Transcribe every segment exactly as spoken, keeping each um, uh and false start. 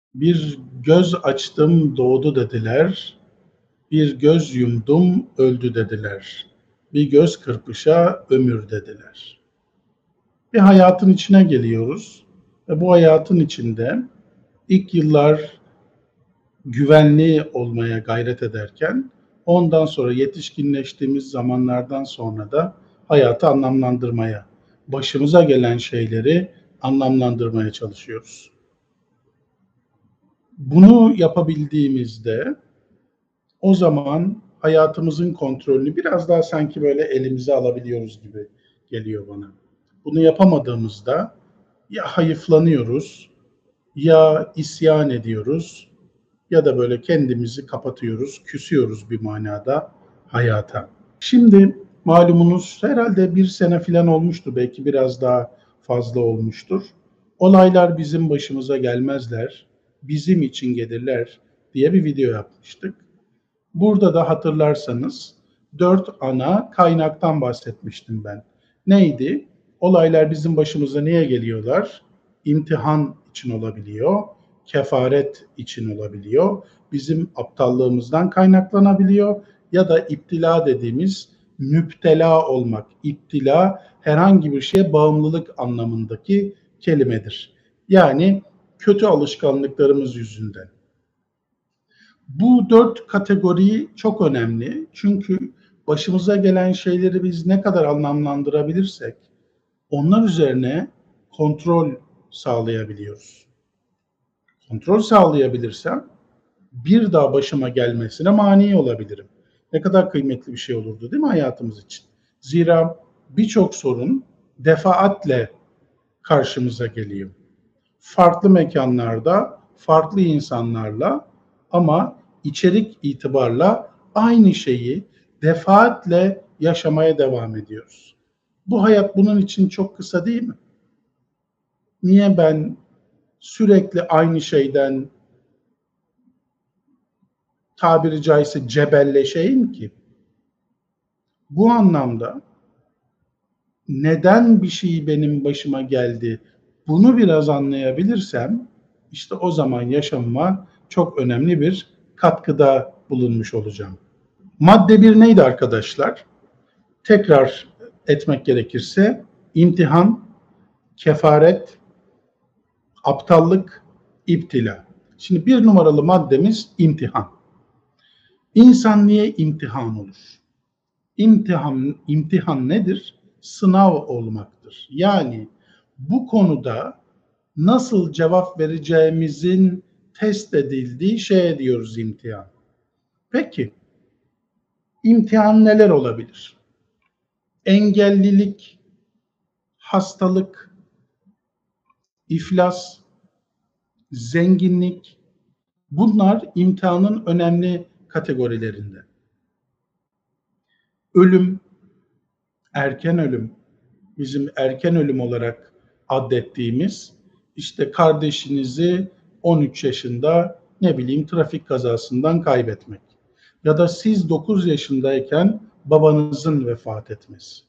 Bir göz açtım doğdu dediler, bir göz yumdum öldü dediler, bir göz kırpışa ömür dediler. Bir hayatın içine geliyoruz ve bu hayatın içinde ilk yıllar güvenli olmaya gayret ederken ondan sonra yetişkinleştiğimiz zamanlardan sonra da hayatı anlamlandırmaya, başımıza gelen şeyleri anlamlandırmaya çalışıyoruz. Bunu yapabildiğimizde o zaman hayatımızın kontrolünü biraz daha sanki böyle elimize alabiliyoruz gibi geliyor bana. Bunu yapamadığımızda ya hayıflanıyoruz, ya isyan ediyoruz ya da böyle kendimizi kapatıyoruz, küsüyoruz bir manada hayata. Şimdi malumunuz herhalde bir sene falan olmuştu, belki biraz daha fazla olmuştur. Olaylar bizim başımıza gelmezler, bizim için gelirler diye bir video yapmıştık. Burada da hatırlarsanız dört ana kaynaktan bahsetmiştim ben. Neydi? Olaylar bizim başımıza niye geliyorlar? İmtihan için olabiliyor, kefaret için olabiliyor, bizim aptallığımızdan kaynaklanabiliyor ya da iptila dediğimiz müptela olmak. İptila herhangi bir şeye bağımlılık anlamındaki kelimedir. Yani kötü alışkanlıklarımız yüzünden. Bu dört kategori çok önemli. Çünkü başımıza gelen şeyleri biz ne kadar anlamlandırabilirsek onlar üzerine kontrol sağlayabiliyoruz. Kontrol sağlayabilirsem bir daha başıma gelmesine mani olabilirim. Ne kadar kıymetli bir şey olurdu değil mi hayatımız için? Zira birçok sorun defaatle karşımıza geliyor. Farklı mekanlarda, farklı insanlarla ama içerik itibarla aynı şeyi defaatle yaşamaya devam ediyoruz. Bu hayat bunun için çok kısa değil mi? Niye ben sürekli aynı şeyden tabiri caizse cebelleşeyim ki? Bu anlamda neden bir şey benim başıma geldi, bunu biraz anlayabilirsem işte o zaman yaşamıma çok önemli bir katkıda bulunmuş olacağım. Madde bir neydi arkadaşlar? Tekrar etmek gerekirse imtihan, kefaret, aptallık, iptila. Şimdi bir numaralı maddemiz imtihan. İnsan niye imtihan olur? İmtihan, imtihan nedir? Sınav olmaktır. Yani bu konuda nasıl cevap vereceğimizin test edildiği şeye diyoruz imtihan. Peki, imtihan neler olabilir? Engellilik, hastalık, iflas, zenginlik, bunlar imtihanın önemli kategorilerinde. Ölüm, erken ölüm, bizim erken ölüm olarak addettiğimiz, işte kardeşinizi on üç yaşında ne bileyim trafik kazasından kaybetmek ya da siz dokuz yaşındayken babanızın vefat etmesi.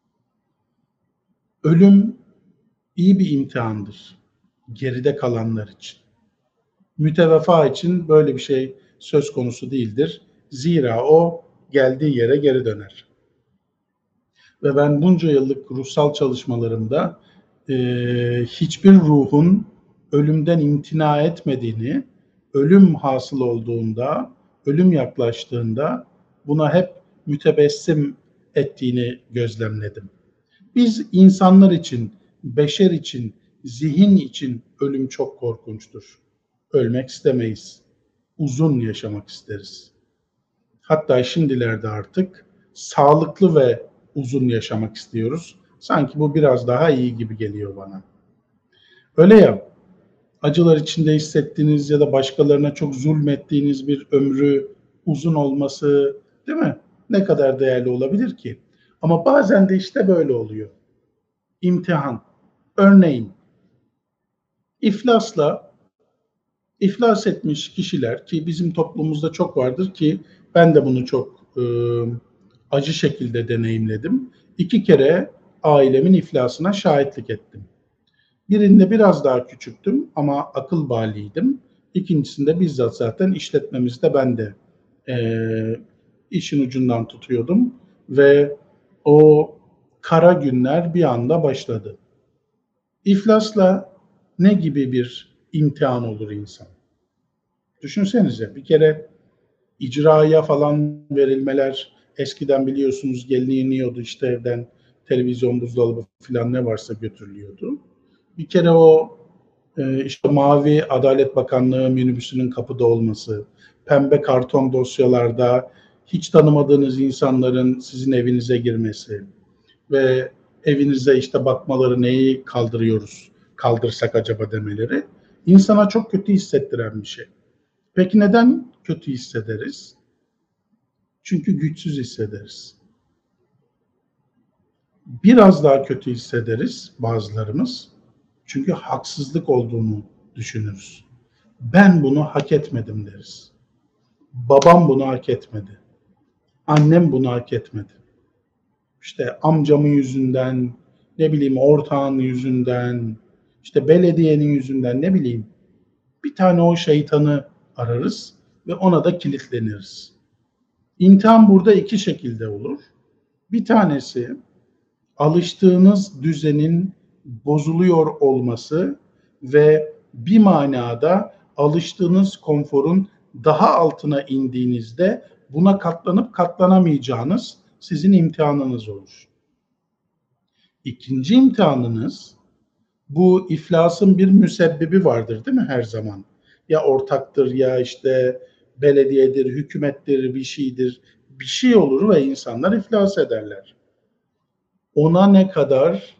Ölüm iyi bir imtihandır geride kalanlar için. Mütevefa için böyle bir şey söz konusu değildir. Zira o geldiği yere geri döner. Ve ben bunca yıllık ruhsal çalışmalarımda e, hiçbir ruhun ölümden imtina etmediğini, ölüm hasıl olduğunda, ölüm yaklaştığında buna hep mütebessim ettiğini gözlemledim. Biz insanlar için, beşer için, zihin için ölüm çok korkunçtur. Ölmek istemeyiz. Uzun yaşamak isteriz. Hatta şimdilerde artık sağlıklı ve uzun yaşamak istiyoruz. Sanki bu biraz daha iyi gibi geliyor bana. Öyle ya, acılar içinde hissettiğiniz ya da başkalarına çok zulmettiğiniz bir ömrü uzun olması, değil mi? Ne kadar değerli olabilir ki? Ama bazen de işte böyle oluyor. İmtihan. Örneğin iflasla iflas etmiş kişiler ki bizim toplumumuzda çok vardır ki ben de bunu çok e, acı şekilde deneyimledim. İki kere ailemin iflasına şahitlik ettim. Birinde biraz daha küçüktüm ama akıl baliydim. İkincisinde bizzat zaten işletmemizde ben de e, işin ucundan tutuyordum ve o kara günler bir anda başladı. İflasla ne gibi bir imtihan olur insan? Düşünsenize bir kere icraya falan verilmeler, eskiden biliyorsunuz gelininiyordu işte evden, televizyon, buzdolabı falan ne varsa götürülüyordu. Bir kere o e, işte mavi Adalet Bakanlığı minibüsünün kapıda olması, pembe karton dosyalarda hiç tanımadığınız insanların sizin evinize girmesi ve evinize işte bakmaları, neyi kaldırıyoruz, kaldırsak acaba demeleri insana çok kötü hissettiren bir şey. Peki neden kötü hissederiz? Çünkü güçsüz hissederiz. Biraz daha kötü hissederiz bazılarımız. Çünkü haksızlık olduğunu düşünürüz. Ben bunu hak etmedim deriz. Babam bunu hak etmedi. Annem bunu hak etmedi. İşte amcamın yüzünden, ne bileyim ortağın yüzünden, işte belediyenin yüzünden, ne bileyim. Bir tane o şeytanı ararız ve ona da kilitleniriz. İmtihan burada iki şekilde olur. Bir tanesi alıştığınız düzenin bozuluyor olması ve bir manada alıştığınız konforun daha altına indiğinizde buna katlanıp katlanamayacağınız sizin imtihanınız olur. İkinci imtihanınız, bu iflasın bir müsebbibi vardır değil mi her zaman? Ya ortaktır ya işte belediyedir, hükümettir, bir şeydir. Bir şey olur ve insanlar iflas ederler. Ona ne kadar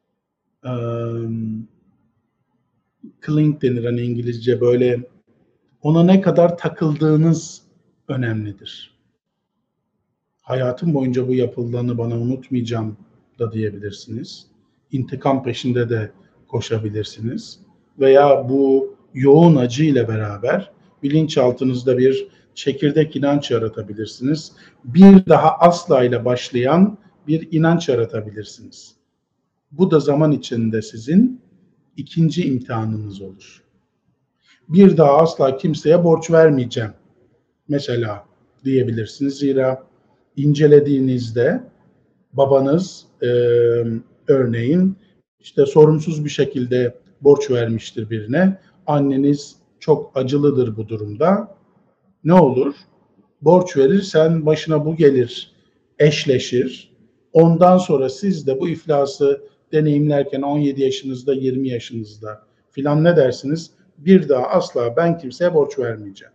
um, cling denir hani İngilizce, böyle ona ne kadar takıldığınız önemlidir. Hayatım boyunca bu yapıldığını bana unutmayacağım da diyebilirsiniz. İntikam peşinde de koşabilirsiniz. Veya bu yoğun acı ile beraber bilinçaltınızda bir çekirdek inanç yaratabilirsiniz. Bir daha asla ile başlayan bir inanç yaratabilirsiniz. Bu da zaman içinde sizin ikinci imtihanınız olur. Bir daha asla kimseye borç vermeyeceğim mesela diyebilirsiniz. Zira incelediğinizde babanız e, örneğin işte sorumsuz bir şekilde borç vermiştir birine. Anneniz çok acılıdır bu durumda. Ne olur? Borç verirsen başına bu gelir, eşleşir. Ondan sonra siz de bu iflası deneyimlerken on yedi yaşınızda, yirmi yaşınızda filan ne dersiniz? Bir daha asla ben kimseye borç vermeyeceğim.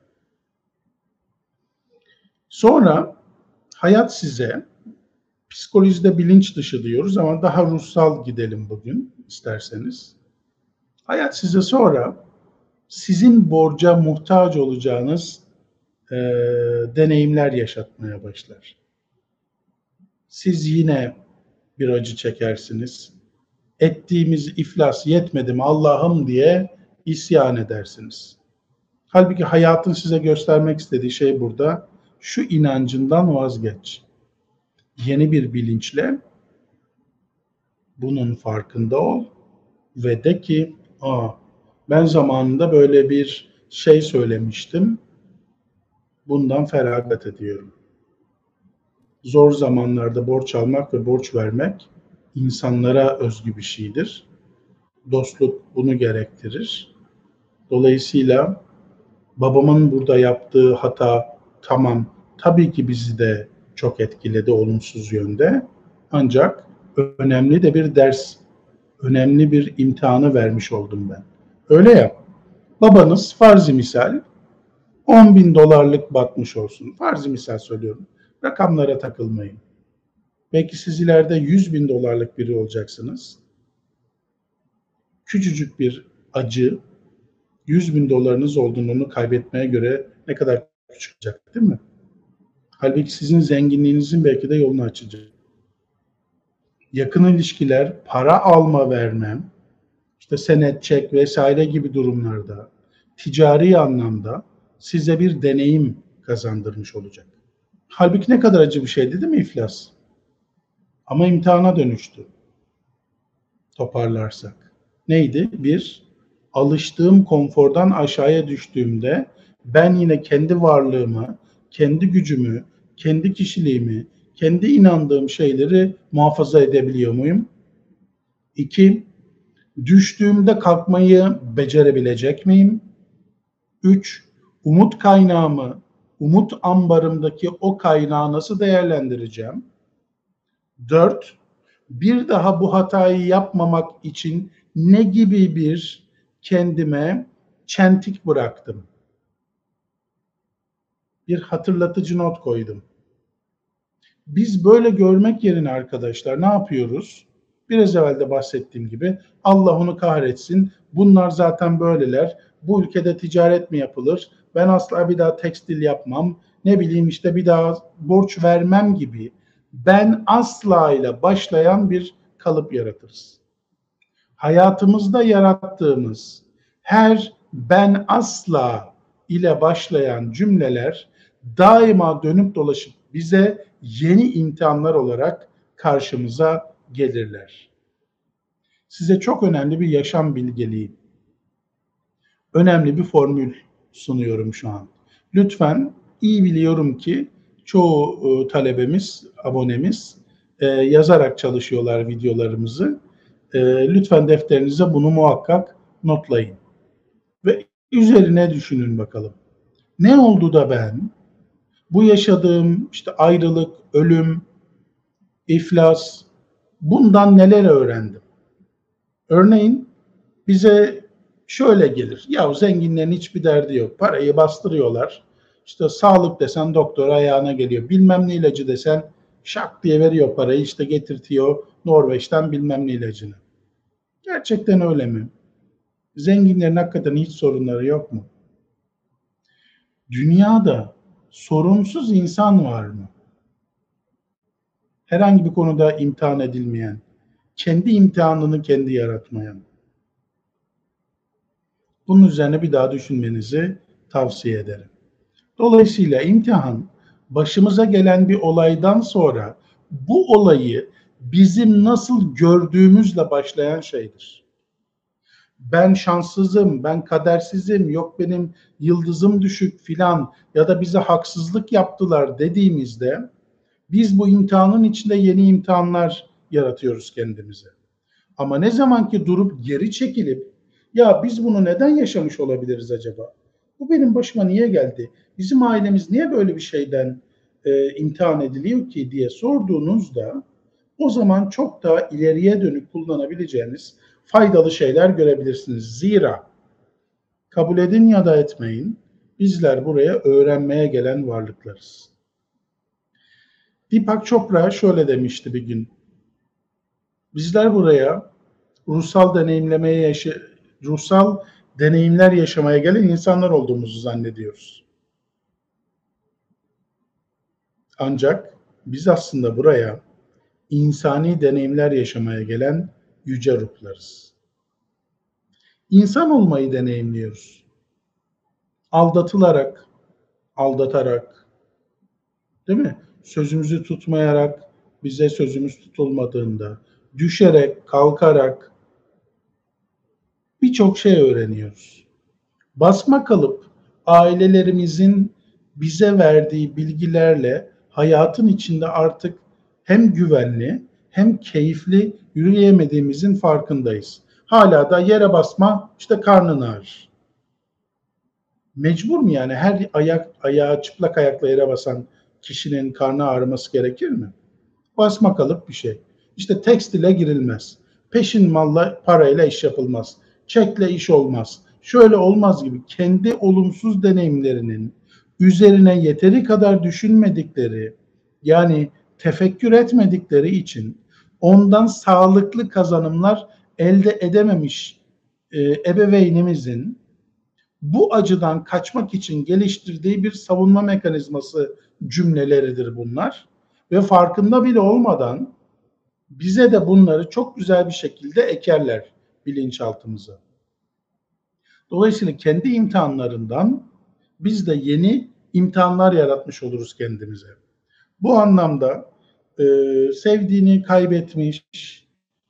Sonra hayat size, psikolojide bilinç dışı diyoruz ama daha ruhsal gidelim bugün isterseniz. Hayat size sonra sizin borca muhtaç olacağınız e, deneyimler yaşatmaya başlar. Siz yine bir acı çekersiniz. Ettiğimiz iflas yetmedi mi Allah'ım diye isyan edersiniz. Halbuki hayatın size göstermek istediği şey burada, şu inancından vazgeç. Yeni bir bilinçle bunun farkında ol ve de ki, aa, ben zamanında böyle bir şey söylemiştim, bundan feragat ediyorum. Zor zamanlarda borç almak ve borç vermek insanlara özgü bir şeydir. Dostluk bunu gerektirir. Dolayısıyla babamın burada yaptığı hata, tamam, tabii ki bizi de çok etkiledi olumsuz yönde. Ancak önemli de bir ders, önemli bir imtihanı vermiş oldum ben. Öyle ya, babanız farz-ı misal on bin dolarlık batmış olsun. Farz-ı misal söylüyorum. Rakamlara takılmayın. Belki siz ileride yüz bin dolarlık biri olacaksınız. Küçücük bir acı, yüz bin dolarınız olduğunu kaybetmeye göre ne kadar küçük olacak değil mi? Halbuki sizin zenginliğinizin belki de yolunu açacak. Yakın ilişkiler, para alma vermem, işte senet, çek vesaire gibi durumlarda ticari anlamda size bir deneyim kazandırmış olacak. Halbuki ne kadar acı bir şeydi değil mi iflas? Ama imtihana dönüştü. Toparlarsak. Neydi? Bir, alıştığım konfordan aşağıya düştüğümde ben yine kendi varlığımı, kendi gücümü, kendi kişiliğimi, kendi inandığım şeyleri muhafaza edebiliyor muyum? İki, düştüğümde kalkmayı becerebilecek miyim? Üç, umut kaynağımı, umut ambarımdaki o kaynağı nasıl değerlendireceğim? Dört, bir daha bu hatayı yapmamak için ne gibi bir kendime çentik bıraktım? Bir hatırlatıcı not koydum. Biz böyle görmek yerine arkadaşlar ne yapıyoruz? Biraz evvel de bahsettiğim gibi Allah onu kahretsin. Bunlar zaten böyleler. Bu ülkede ticaret mi yapılır? Ben asla bir daha tekstil yapmam. Ne bileyim işte bir daha borç vermem gibi ben asla ile başlayan bir kalıp yaratırız. Hayatımızda yarattığımız her ben asla ile başlayan cümleler daima dönüp dolaşıp bize yeni imtihanlar olarak karşımıza gelirler. Size çok önemli bir yaşam bilgeliği, önemli bir formül sunuyorum şu an. Lütfen, iyi biliyorum ki çoğu e, talebemiz, abonemiz e, yazarak çalışıyorlar videolarımızı. E, lütfen defterinize bunu muhakkak notlayın. Ve üzerine düşünün bakalım. Ne oldu da ben bu yaşadığım işte ayrılık, ölüm, iflas, bundan neler öğrendim? Örneğin bize şöyle gelir. Ya zenginlerin hiçbir derdi yok. Parayı bastırıyorlar. İşte sağlık desen doktor ayağına geliyor. Bilmem ne ilacı desen şak diye veriyor parayı. İşte getirtiyor Norveç'ten bilmem ne ilacını. Gerçekten öyle mi? Zenginlerin hakikaten hiç sorunları yok mu? Dünyada sorunsuz insan var mı? Herhangi bir konuda imtihan edilmeyen, kendi imtihanını kendi yaratmayan. Bunun üzerine bir daha düşünmenizi tavsiye ederim. Dolayısıyla imtihan başımıza gelen bir olaydan sonra bu olayı bizim nasıl gördüğümüzle başlayan şeydir. Ben şanssızım, ben kadersizim, yok benim yıldızım düşük filan ya da bize haksızlık yaptılar dediğimizde biz bu imtihanın içinde yeni imtihanlar yaratıyoruz kendimize. Ama ne zaman ki durup geri çekilip ya biz bunu neden yaşamış olabiliriz acaba? Bu benim başıma niye geldi? Bizim ailemiz niye böyle bir şeyden e, imtihan ediliyor ki diye sorduğunuzda o zaman çok daha ileriye dönük kullanabileceğiniz faydalı şeyler görebilirsiniz. Zira kabul edin ya da etmeyin, bizler buraya öğrenmeye gelen varlıklarız. Deepak Chopra şöyle demişti bir gün. Bizler buraya ruhsal deneyimlemeye yaşa ruhsal deneyimler yaşamaya gelen insanlar olduğumuzu zannediyoruz. Ancak biz aslında buraya insani deneyimler yaşamaya gelen yüce ruhlarız. İnsan olmayı deneyimliyoruz. Aldatılarak, aldatarak, değil mi? Sözümüzü tutmayarak, bize sözümüz tutulmadığında, düşerek, kalkarak birçok şey öğreniyoruz. Basma kalıp ailelerimizin bize verdiği bilgilerle hayatın içinde artık hem güvenli hem keyifli yürüyemediğimizin farkındayız. Hala da yere basma, işte karnın ağrır. Mecbur mu yani her ayak ayağa çıplak ayakla yere basan kişinin karnı ağrıması gerekir mi? Basma kalıp bir şey. İşte tekstile girilmez. Peşin malla parayla iş yapılmaz. Çekle iş olmaz. Şöyle olmaz gibi kendi olumsuz deneyimlerinin üzerine yeteri kadar düşünmedikleri, yani tefekkür etmedikleri için ondan sağlıklı kazanımlar elde edememiş e, ebeveynimizin bu acıdan kaçmak için geliştirdiği bir savunma mekanizması cümleleridir bunlar. Ve farkında bile olmadan bize de bunları çok güzel bir şekilde ekerler bilinçaltımıza. Dolayısıyla kendi imtihanlarından biz de yeni imtihanlar yaratmış oluruz kendimize. Bu anlamda e, sevdiğini kaybetmiş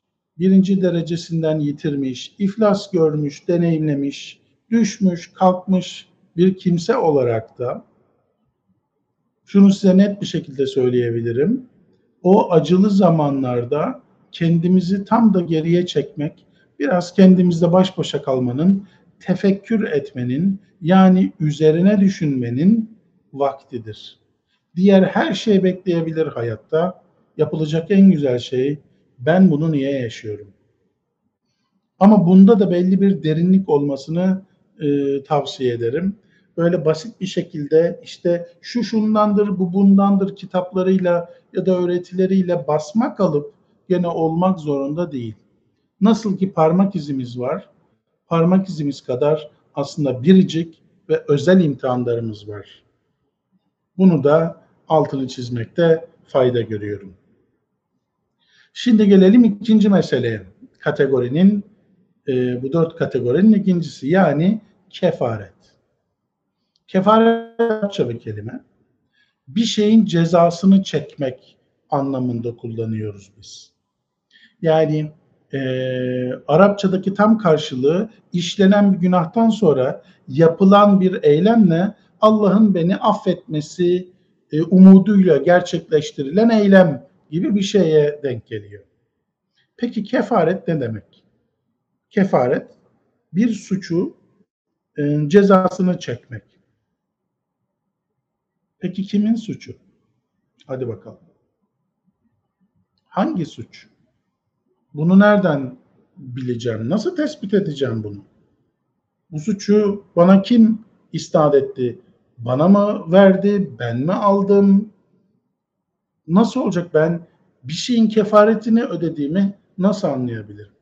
birinci derecesinden yitirmiş, iflas görmüş, deneyimlemiş, düşmüş, kalkmış bir kimse olarak da şunu size net bir şekilde söyleyebilirim. O acılı zamanlarda kendimizi tam da geriye çekmek, biraz kendimizle baş başa kalmanın, tefekkür etmenin, yani üzerine düşünmenin vaktidir. Diğer her şey bekleyebilir hayatta. Yapılacak en güzel şey, ben bunu niye yaşıyorum? Ama bunda da belli bir derinlik olmasını e, tavsiye ederim. Böyle basit bir şekilde işte şu şundandır, bu bundandır kitaplarıyla ya da öğretileriyle basmak alıp gene olmak zorunda değil. Nasıl ki parmak izimiz var, parmak izimiz kadar aslında biricik ve özel imtihanlarımız var. Bunu da altını çizmekte fayda görüyorum. Şimdi gelelim ikinci meseleye. Kategorinin, e, bu dört kategorinin ikincisi, yani kefaret. Kefaret Arapça bir kelime. Bir şeyin cezasını çekmek anlamında kullanıyoruz biz. Yani e, Arapçadaki tam karşılığı işlenen bir günahtan sonra yapılan bir eylemle Allah'ın beni affetmesi e, umuduyla gerçekleştirilen eylem gibi bir şeye denk geliyor. Peki kefaret ne demek? Kefaret bir suçu e, cezasını çekmek. Peki kimin suçu? Hadi bakalım. Hangi suç? Bunu nereden bileceğim? Nasıl tespit edeceğim bunu? Bu suçu bana kim isnat etti? Bana mı verdi? Ben mi aldım? Nasıl olacak? Ben bir şeyin kefaretini ödediğimi nasıl anlayabilirim?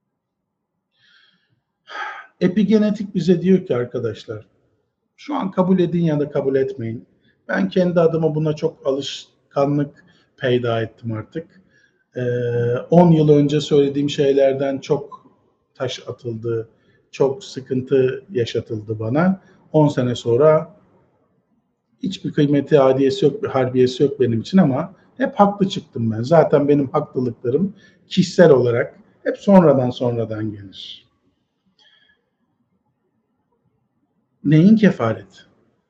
Epigenetik bize diyor ki arkadaşlar, şu an kabul edin ya da kabul etmeyin. Ben kendi adıma buna çok alışkanlık peyda ettim artık. on yıl önce söylediğim şeylerden çok taş atıldı, çok sıkıntı yaşatıldı bana. on sene sonra hiçbir kıymeti, adiyesi yok, bir harbiyesi yok benim için ama hep haklı çıktım ben. Zaten benim haklılıklarım kişisel olarak hep sonradan sonradan gelir. Neyin kefareti?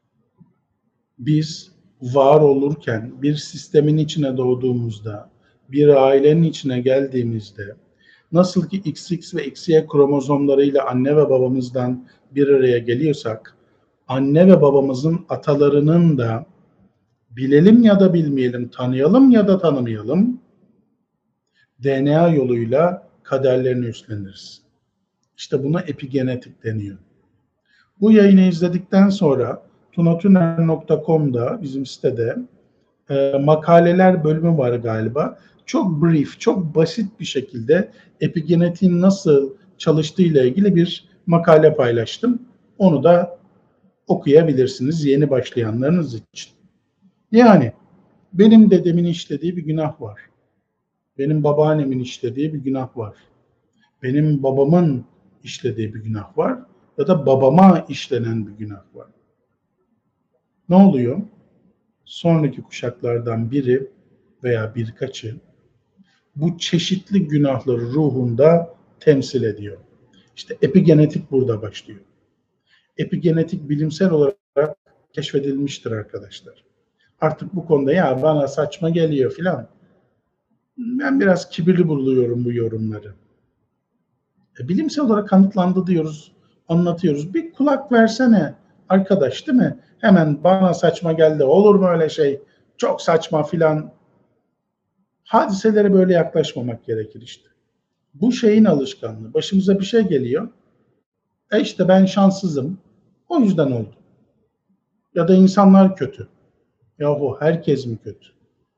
Biz var olurken, bir sistemin içine doğduğumuzda, bir ailenin içine geldiğimizde, nasıl ki X X ve X Y kromozomlarıyla anne ve babamızdan bir araya geliyorsak, anne ve babamızın atalarının da bilelim ya da bilmeyelim, tanıyalım ya da tanımayalım, D N A yoluyla kaderlerini üstleniriz. İşte buna epigenetik deniyor. Bu yayını izledikten sonra tunatuner nokta com'da, bizim sitede e, makaleler bölümü var galiba. Çok brief, çok basit bir şekilde epigenetiğin nasıl çalıştığıyla ilgili bir makale paylaştım. Onu da okuyabilirsiniz yeni başlayanlarınız için. Yani benim dedemin işlediği bir günah var. Benim babaannemin işlediği bir günah var. Benim babamın işlediği bir günah var. Ya da babama işlenen bir günah var. Ne oluyor? Sonraki kuşaklardan biri veya birkaçı bu çeşitli günahları ruhunda temsil ediyor. İşte epigenetik burada başlıyor. Epigenetik bilimsel olarak keşfedilmiştir arkadaşlar. Artık bu konuda ya bana saçma geliyor filan. Ben biraz kibirli buluyorum bu yorumları. E, bilimsel olarak kanıtlandı diyoruz, anlatıyoruz. Bir kulak versene arkadaş, değil mi? Hemen bana saçma geldi, olur mu öyle şey, çok saçma filan. Hadiselere böyle yaklaşmamak gerekir işte. Bu şeyin alışkanlığı. Başımıza bir şey geliyor. E işte ben şanssızım. O yüzden oldu. Ya da insanlar kötü. Yahu herkes mi kötü?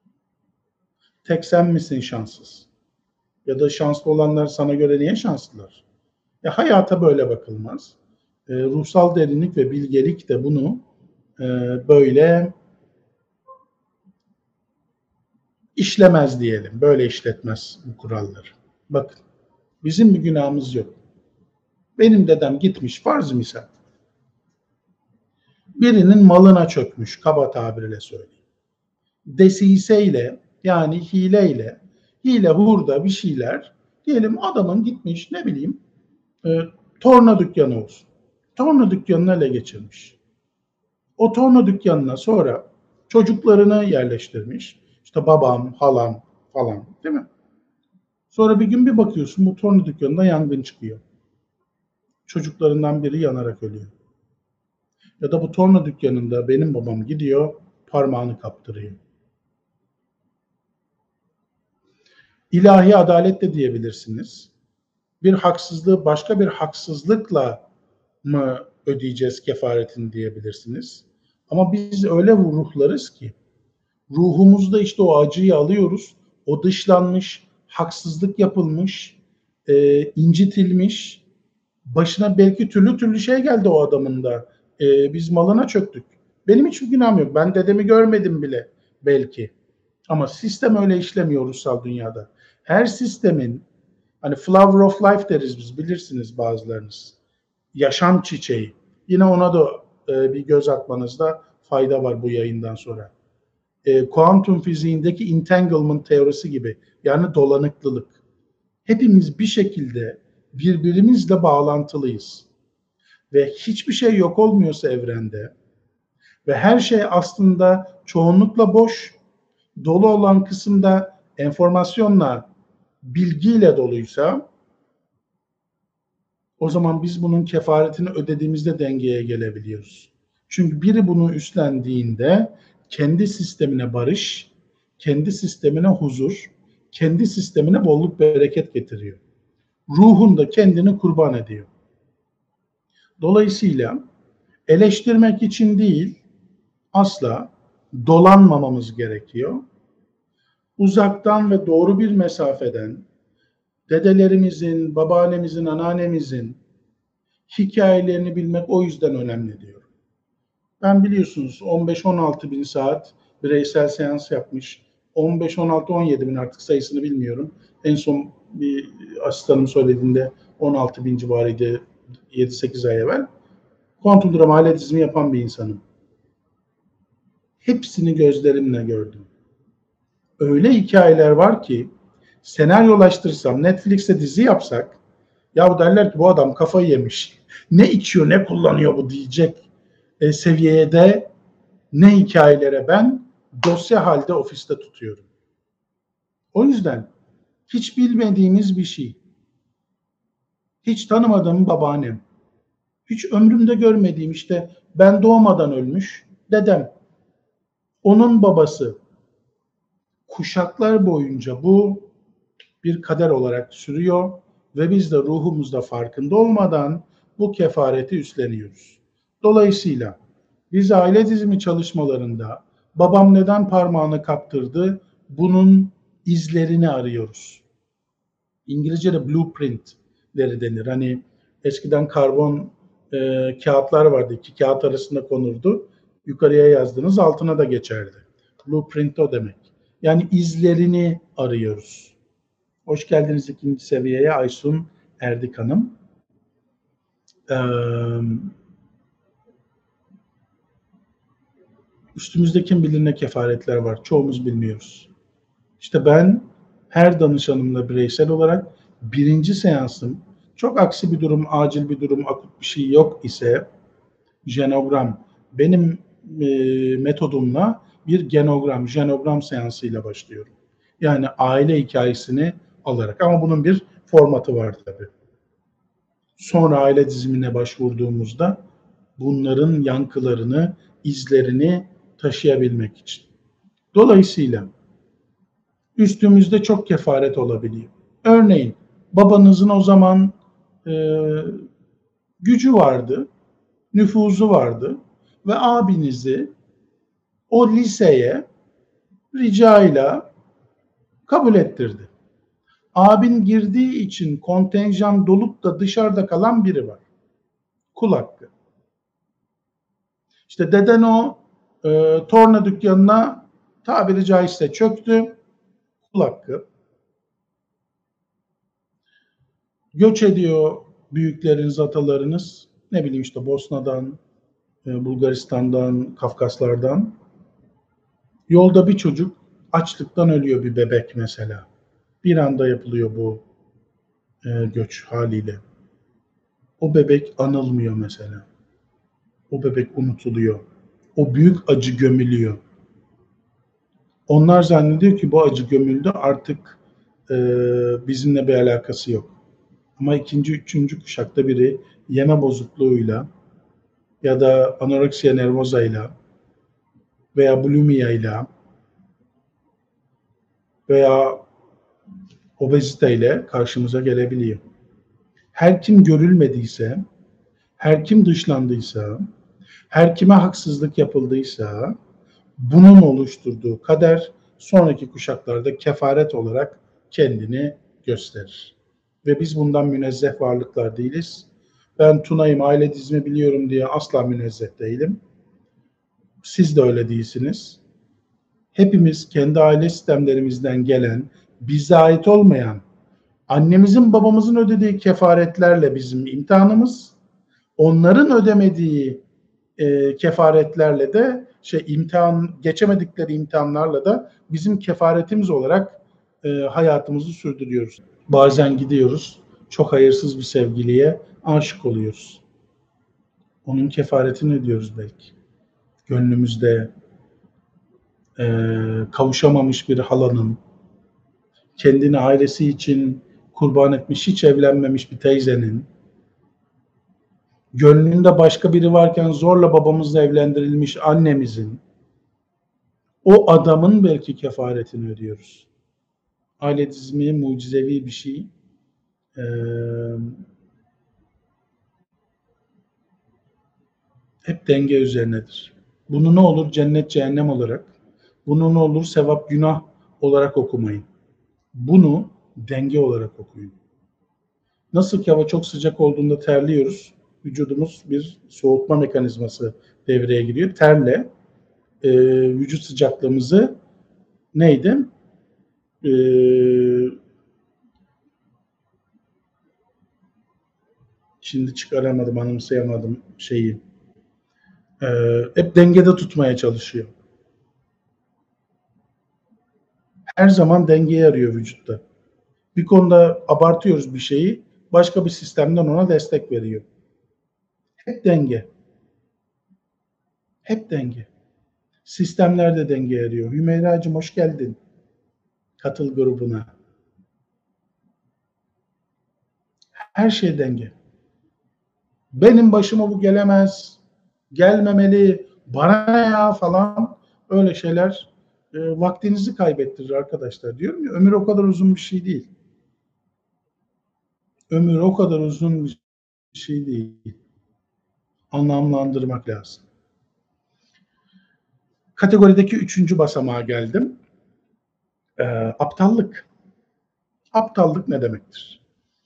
Tek sen misin şanssız? Ya da şanslı olanlar sana göre niye şanslılar? Ya hayata böyle bakılmaz. E, ruhsal derinlik ve bilgelik de bunu e, böyle işlemez diyelim. Böyle işletmez bu kuralları. Bakın, bizim bir günahımız yok. Benim dedem gitmiş, farz misal, birinin malına çökmüş, kaba tabirle söyleyeyim. Desiseyle, yani hileyle, hile hurda bir şeyler Diyelim adamın gitmiş ne bileyim e, torna dükkanı olsun. Torna dükkanını ele geçirmiş. O torna dükkanına sonra çocuklarını yerleştirmiş. İşte babam, halam falan değil mi? Sonra bir gün bir bakıyorsun bu torna dükkanında yangın çıkıyor. Çocuklarından biri yanarak ölüyor. Ya da bu torna dükkanında benim babam gidiyor parmağını kaptırıyor. İlahi adalet de diyebilirsiniz. Bir haksızlığı başka bir haksızlıkla mı ödeyeceğiz kefaretini diyebilirsiniz. Ama biz öyle ruhlarız ki ruhumuzda işte o acıyı alıyoruz. O dışlanmış, haksızlık yapılmış, e, incitilmiş, başına belki türlü türlü şey geldi o adamın da. E, biz malına çöktük. Benim hiçbir günahım yok. Ben dedemi görmedim bile belki. Ama sistem öyle işlemiyor ruhsal dünyada. Her sistemin hani flower of life deriz biz bilirsiniz bazılarınız. Yaşam çiçeği. Yine ona da e, bir göz atmanızda fayda var bu yayından sonra. E, kuantum fiziğindeki entanglement teorisi gibi yani dolanıklılık. Hepimiz bir şekilde birbirimizle bağlantılıyız. Ve hiçbir şey yok olmuyorsa evrende ve her şey aslında çoğunlukla boş, dolu olan kısımda enformasyonla, bilgiyle doluysa o zaman biz bunun kefaretini ödediğimizde dengeye gelebiliyoruz. Çünkü biri bunu üstlendiğinde kendi sistemine barış, kendi sistemine huzur, kendi sistemine bolluk bereket getiriyor. Ruhunda kendini kurban ediyor. Dolayısıyla eleştirmek için değil, asla dolanmamamız gerekiyor. Uzaktan ve doğru bir mesafeden dedelerimizin, babaannemizin, anneannemizin hikayelerini bilmek o yüzden önemli diyorum. Ben biliyorsunuz on beş on altı bin saat bireysel seans yapmış. on beş on altı on yedi bin artık sayısını bilmiyorum. En son bir asistanım söylediğinde on altı bin civarıydı yedi sekiz ay evvel. Kuantum drama alet dizimi yapan bir insanım. Hepsini gözlerimle gördüm. Öyle hikayeler var ki senaryolaştırsam, Netflix'te dizi yapsak ya derler ki bu adam kafayı yemiş. Ne içiyor, ne kullanıyor bu diyecek e, seviyede ne hikayelere ben dosya halde ofiste tutuyorum. O yüzden hiç bilmediğimiz bir şey, hiç tanımadığım babaannem, hiç ömrümde görmediğim işte ben doğmadan ölmüş dedem, onun babası, kuşaklar boyunca bu bir kader olarak sürüyor ve biz de ruhumuzda farkında olmadan bu kefareti üstleniyoruz. Dolayısıyla biz aile dizimi çalışmalarında babam neden parmağını kaptırdı bunun izlerini arıyoruz. İngilizce'de blueprintleri denir. Hani eskiden karbon e, kağıtlar vardı. İki kağıt arasında konurdu. Yukarıya yazdınız altına da geçerdi. Blueprint o demek. Yani izlerini arıyoruz. Hoş geldiniz ikinci seviyeye Aysun Erdik Hanım. Ee, üstümüzde kim bilir ne kefaretler var. Çoğumuz bilmiyoruz. İşte ben her danışanımla bireysel olarak birinci seansım çok aksi bir durum, acil bir durum, akut bir şey yok ise jenogram benim e, metodumla bir genogram, jenogram seansıyla başlıyorum. Yani aile hikayesini alarak ama bunun bir formatı var tabii. Sonra aile dizimine başvurduğumuzda bunların yankılarını, izlerini taşıyabilmek için. Dolayısıyla üstümüzde çok kefaret olabiliyor. Örneğin babanızın o zaman e, gücü vardı, nüfuzu vardı ve abinizi o liseye ricayla kabul ettirdi. Abin girdiği için kontenjan dolup da dışarıda kalan biri var. Kul hakkı. İşte deden o e, torna dükkanına tabiri caizse çöktü. Kul hakkı. Göç ediyor büyükleriniz, atalarınız. Ne bileyim işte Bosna'dan, e, Bulgaristan'dan, Kafkaslardan. Yolda bir çocuk açlıktan ölüyor bir bebek mesela. Bir anda yapılıyor bu e, göç haliyle. O bebek anılmıyor mesela. O bebek unutuluyor. O büyük acı gömülüyor. Onlar zannediyor ki bu acı gömüldü, artık e, bizimle bir alakası yok. Ama ikinci, üçüncü kuşakta biri yeme bozukluğuyla ya da anoreksiya nervozayla veya bulimiayla veya obeziteyle karşımıza gelebiliyor. Her kim görülmediyse, her kim dışlandıysa, her kime haksızlık yapıldıysa bunun oluşturduğu kader sonraki kuşaklarda kefaret olarak kendini gösterir. Ve biz bundan münezzeh varlıklar değiliz. Ben Tuna'yım, aile dizimi biliyorum diye asla münezzeh değilim. Siz de öyle değilsiniz. Hepimiz kendi aile sistemlerimizden gelen, bize ait olmayan, annemizin babamızın ödediği kefaretlerle bizim imtihanımız, onların ödemediği e, kefaretlerle de şey imtihan geçemedikleri imtihanlarla da bizim kefaretimiz olarak e, hayatımızı sürdürüyoruz. Bazen gidiyoruz, çok hayırsız bir sevgiliye aşık oluyoruz. Onun kefaretini ödüyoruz belki. Gönlümüzde e, kavuşamamış bir halanın, kendini ailesi için kurban etmiş, hiç evlenmemiş bir teyzenin, gönlünde başka biri varken zorla babamızla evlendirilmiş annemizin, o adamın belki kefaretini ödüyoruz. Aile dizimi mucizevi bir şey. Ee, hep denge üzerinedir. Bunu ne olur cennet cehennem olarak, bunu ne olur sevap günah olarak okumayın. Bunu denge olarak okuyun. Nasıl ki hava çok sıcak olduğunda terliyoruz, vücudumuz bir soğutma mekanizması devreye giriyor. Terle e, vücut sıcaklığımızı neydi? E, şimdi çıkaramadım, anımsayamadım şeyi. E, hep dengede tutmaya çalışıyor. Her zaman dengeyi arıyor vücutta. Bir konuda abartıyoruz bir şeyi, başka bir sistemden ona destek veriyor. Hep denge. Hep denge. Sistemler de denge arıyor. Hümeyra'cığım hoş geldin. Katıl grubuna. Her şey denge. Benim başıma bu gelemez, gelmemeli, bana ya falan, öyle şeyler e, vaktinizi kaybettirir arkadaşlar. Diyorum ya, ömür o kadar uzun bir şey değil. Ömür o kadar uzun bir şey değil. Anlamlandırmak lazım. Kategorideki üçüncü basamağa geldim. E, aptallık. Aptallık ne demektir?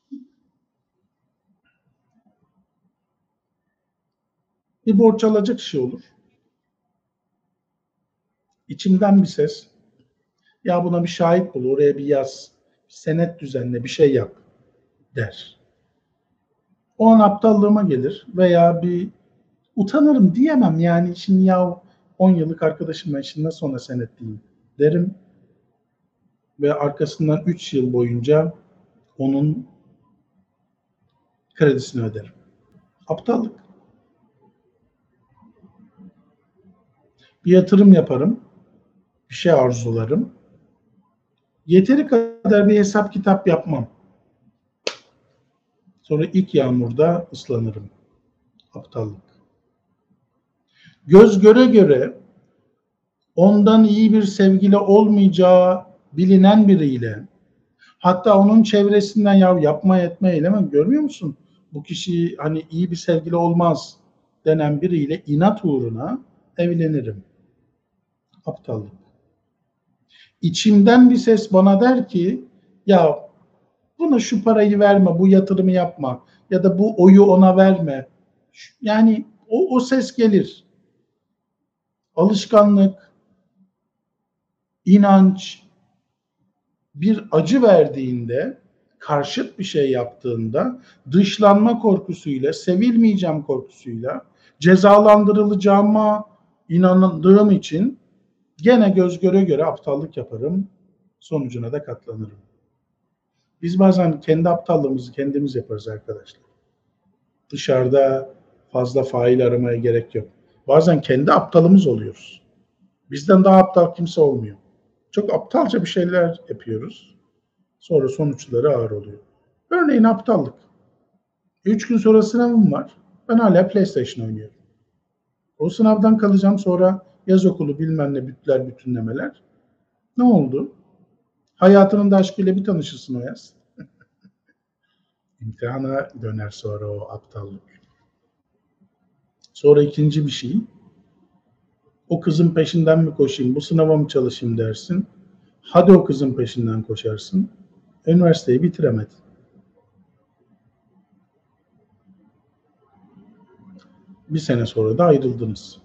Bir borç alacak şey olur. İçimden bir ses, ya buna bir şahit bul, oraya bir yaz, bir senet düzenle, bir şey yap der. O an aptallığıma gelir veya bir utanırım diyemem yani, şimdi ya on yıllık arkadaşım ben şimdi nasıl ona senetliyim derim ve arkasından üç yıl boyunca onun kredisini öderim. Aptallık. Bir yatırım yaparım, bir şey arzularım, yeteri kadar bir hesap kitap yapmam. Sonra ilk yağmurda ıslanırım. Aptallık. Göz göre göre ondan iyi bir sevgili olmayacağı bilinen biriyle, hatta onun çevresinden ya yapma etme eyleme, görmüyor musun? Bu kişi hani iyi bir sevgili olmaz denen biriyle inat uğruna evlenirim. Aptallık. İçimden bir ses bana der ki ya buna şu parayı verme, bu yatırımı yapma ya da bu oyu ona verme. Yani o, o ses gelir. Alışkanlık, inanç, bir acı verdiğinde, karşıt bir şey yaptığında, dışlanma korkusuyla, sevilmeyeceğim korkusuyla, cezalandırılacağıma inandığım için gene göz göre göre aptallık yaparım, sonucuna da katlanırım. Biz bazen kendi aptallığımızı kendimiz yaparız arkadaşlar. Dışarıda fazla fail aramaya gerek yok. Bazen kendi aptalımız oluyoruz. Bizden daha aptal kimse olmuyor. Çok aptalca bir şeyler yapıyoruz. Sonra sonuçları ağır oluyor. Örneğin aptallık. Üç gün sonra sınavım var. Ben hala PlayStation oynuyorum. O sınavdan kalacağım, sonra yaz okulu bilmem ne bütler bütünlemeler. Ne oldu? Hayatının da aşkıyla bir tanışırsın o yaz. İmtihana döner sonra o aptallık. Sonra ikinci bir şey. O kızın peşinden mi koşayım, bu sınava mı çalışayım dersin. Hadi o kızın peşinden koşarsın. Üniversiteyi bitiremedin. Bir sene sonra da ayrıldınız.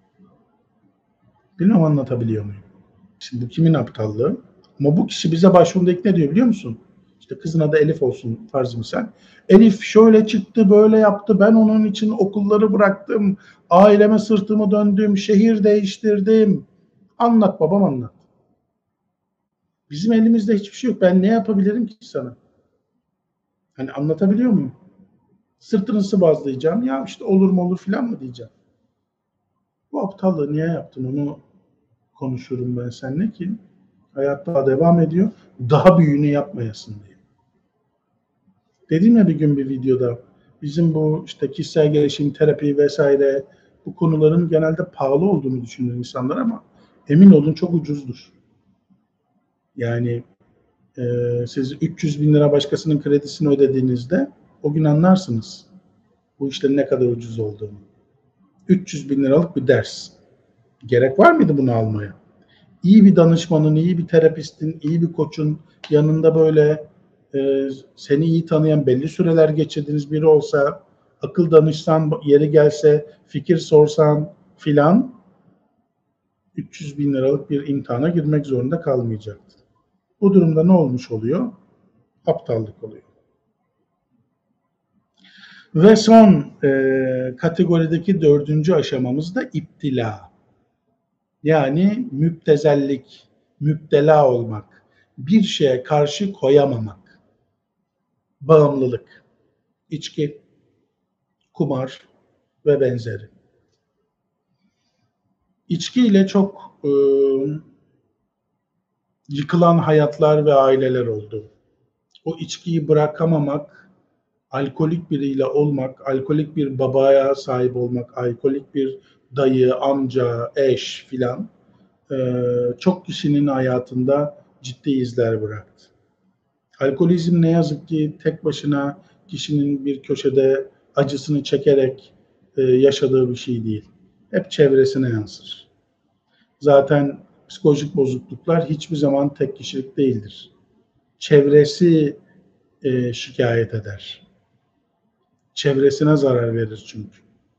Bilmem anlatabiliyor muyum? Şimdi bu kimin aptallığı? Ama bu kişi bize başvurunda ilk ne diyor biliyor musun? İşte kızın adı Elif olsun farz misal. Elif şöyle çıktı, böyle yaptı. Ben onun için okulları bıraktım. Aileme sırtımı döndüm. Şehir değiştirdim. Anlat babam, anlat. Bizim elimizde hiçbir şey yok. Ben ne yapabilirim ki sana? Hani anlatabiliyor muyum? Sırtını sıvazlayacağım. Ya işte olur mu olur filan mı diyeceğim. Bu aptallığı niye yaptın onu konuşurum ben seninle ki hayatta devam ediyor. Daha büyüğünü yapmayasın diye. Dedim ya bir gün bir videoda, bizim bu işte kişisel gelişim, terapi vesaire bu konuların genelde pahalı olduğunu düşünüyor insanlar ama emin olun çok ucuzdur. Yani e, siz üç yüz bin lira başkasının kredisini ödediğinizde o gün anlarsınız bu işlerin ne kadar ucuz olduğunu. üç yüz bin liralık bir ders. Gerek var mıydı bunu almaya? İyi bir danışmanın, iyi bir terapistin, iyi bir koçun yanında böyle e, seni iyi tanıyan, belli süreler geçirdiğiniz biri olsa, akıl danışsan, yeri gelse, fikir sorsan filan üç yüz bin liralık bir imtihana girmek zorunda kalmayacaktı. Bu durumda ne olmuş oluyor? Aptallık oluyor. Ve son e, kategorideki dördüncü aşamamız da iptila. Yani müptezellik, müptela olmak, bir şeye karşı koyamamak, bağımlılık, içki, kumar ve benzeri. İçkiyle çok e, yıkılan hayatlar ve aileler oldu. O içkiyi bırakamamak, alkolik biriyle olmak, alkolik bir babaya sahip olmak, alkolik bir dayı, amca, eş filan çok kişinin hayatında ciddi izler bıraktı. Alkolizm ne yazık ki tek başına kişinin bir köşede acısını çekerek yaşadığı bir şey değil. Hep çevresine yansır. Zaten psikolojik bozukluklar hiçbir zaman tek kişilik değildir. Çevresi e, şikayet eder. Çevresine zarar verir çünkü.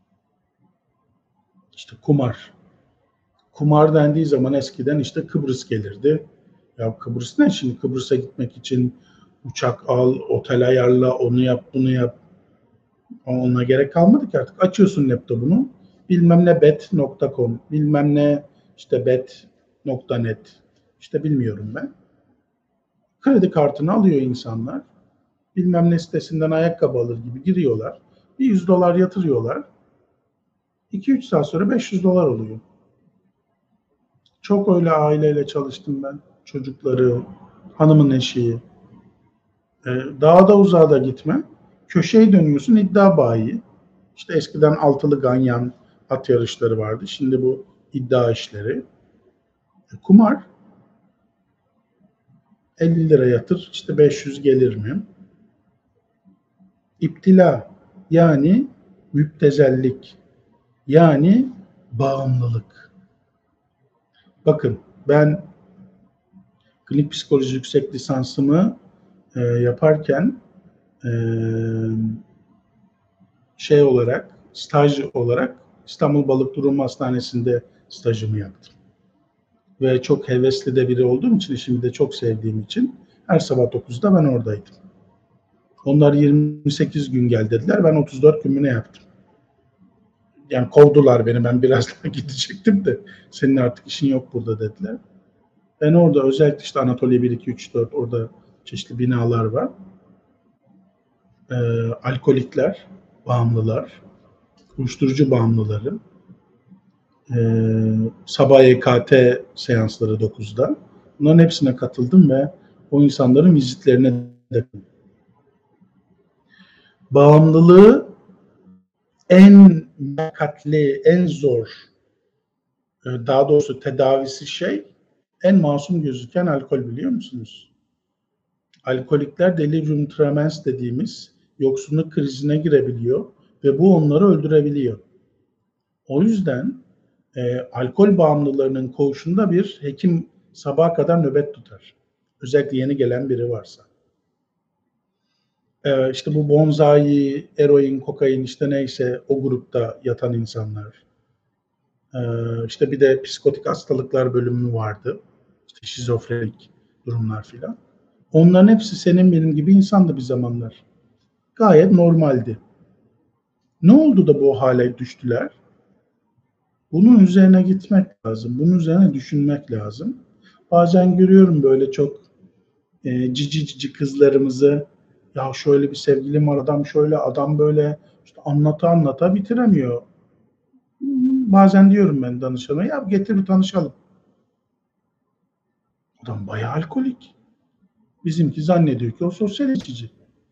İşte kumar. Kumar dendiği zaman eskiden işte Kıbrıs gelirdi. Ya Kıbrıs ne? Şimdi Kıbrıs'a gitmek için uçak al, otel ayarla, onu yap, bunu yap. Ona gerek kalmadı ki artık. Açıyorsun laptopunu. Bilmem ne bet nokta com, bilmem ne işte bet nokta net. İşte bilmiyorum ben. Kredi kartını alıyor insanlar. Bilmem ne sitesinden ayakkabı alır gibi giriyorlar. Bir yüz dolar yatırıyorlar. iki üç saat sonra beş yüz dolar oluyor. Çok öyle aileyle çalıştım ben. Çocukları, hanımın eşi. Ee, daha da uzağa da gitme. Köşeye dönüyorsun, iddia bayi. İşte eskiden altılı ganyan at yarışları vardı. Şimdi bu iddia işleri. E, kumar. elli lira yatır, işte beş yüz gelir mi? İptila, yani müptezellik, yani bağımlılık. Bakın ben klinik psikoloji yüksek lisansımı e, yaparken e, şey olarak, staj olarak İstanbul Balık Durum Hastanesi'nde stajımı yaptım. Ve çok hevesli de biri olduğum için, işimi de çok sevdiğim için her sabah dokuzda ben oradaydım. Onlar yirmi sekiz gün gel dediler, ben otuz dört gün ne yaptım. Yani kovdular beni, ben biraz daha gidecektim de senin artık işin yok burada dediler. Ben orada özellikle işte Anatolia bir, iki, üç, dört orada çeşitli binalar var. Ee, alkolikler, bağımlılar, uyuşturucu bağımlıları, ee, sabah E K T seansları dokuzda. Bunların hepsine katıldım ve o insanların vizitlerine de. Bağımlılığı en meşakkatli, en zor, daha doğrusu tedavisi şey, en masum gözüken alkol, biliyor musunuz? Alkolikler delirium tremens dediğimiz yoksunluk krizine girebiliyor ve bu onları öldürebiliyor. O yüzden e, alkol bağımlılarının koğuşunda bir hekim sabaha kadar nöbet tutar. Özellikle yeni gelen biri varsa. E, işte bu bonzai, eroin, kokain, işte neyse o grupta yatan insanlar. E, işte bir de psikotik hastalıklar bölümü vardı. İşte şizofrenik durumlar filan. Onların hepsi senin benim gibi insandı bir zamanlar. Gayet normaldi. Ne oldu da bu hale düştüler? Bunun üzerine gitmek lazım. Bunun üzerine düşünmek lazım. Bazen görüyorum böyle çok e, cici cici kızlarımızı, ya şöyle bir sevgilim var, adam şöyle, adam böyle, işte anlata anlata bitiremiyor. Bazen diyorum ben danışana, ya getir bir tanışalım. Adam bayağı alkolik. Bizimki zannediyor ki o sosyal içici.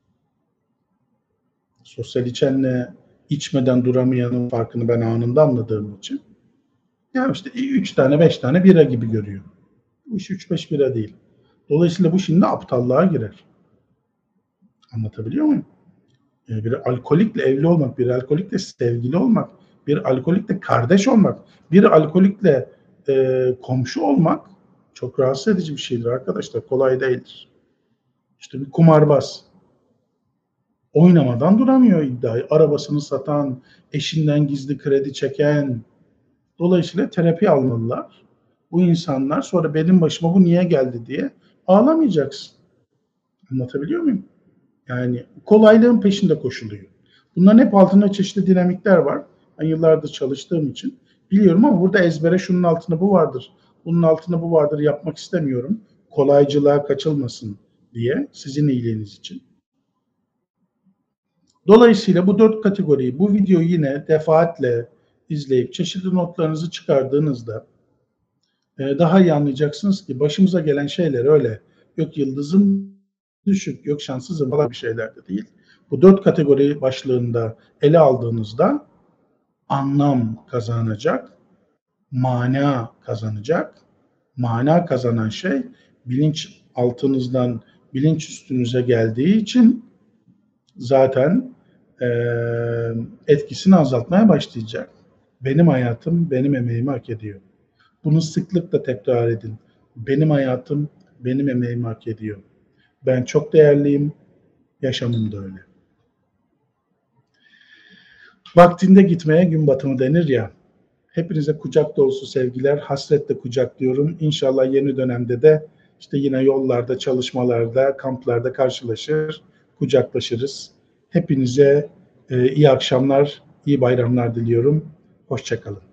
Sosyal içenle içmeden duramayanın farkını ben anında anladığım için. Ya işte üç tane beş tane bira gibi görüyor. Bu iş üç beş bira değil. Dolayısıyla bu şimdi aptallığa girer. Anlatabiliyor muyum? Ee, bir alkolikle evli olmak, bir alkolikle sevgili olmak, bir alkolikle kardeş olmak, bir alkolikle e, komşu olmak çok rahatsız edici bir şeydir arkadaşlar. Kolay değildir. İşte bir kumarbaz. Oynamadan duramıyor iddiayı. Arabasını satan, eşinden gizli kredi çeken. Dolayısıyla terapi almalılar. Bu insanlar sonra benim başıma bu niye geldi diye ağlamayacaksın. Anlatabiliyor muyum? Yani kolaylığın peşinde koşuluyor. Bunların hep altında çeşitli dinamikler var. Ben yıllardır çalıştığım için biliyorum ama burada ezbere şunun altında bu vardır, bunun altında bu vardır yapmak istemiyorum. Kolaycılığa kaçılmasın diye, sizin iyiliğiniz için. Dolayısıyla bu dört kategoriyi, bu videoyu yine defaatle izleyip çeşitli notlarınızı çıkardığınızda daha iyi anlayacaksınız ki başımıza gelen şeyler öyle yok yıldızım düşük, yok şanssızım falan bir şeyler de değil. Bu dört kategori başlığında ele aldığınızda anlam kazanacak, mana kazanacak. Mana kazanan şey bilinç altınızdan bilinç üstünüze geldiği için zaten e, etkisini azaltmaya başlayacak. Benim hayatım benim emeğimi hak ediyor. Bunu sıklıkla tekrar edin. Benim hayatım benim emeğimi hak ediyor. Ben çok değerliyim. Yaşamım da öyle. Vaktinde gitmeye gün batımı denir ya. Hepinize kucak dolusu sevgiler, hasretle kucaklıyorum. İnşallah yeni dönemde de işte yine yollarda, çalışmalarda, kamplarda karşılaşır, kucaklaşırız. Hepinize e, iyi akşamlar, iyi bayramlar diliyorum. Hoşça kalın.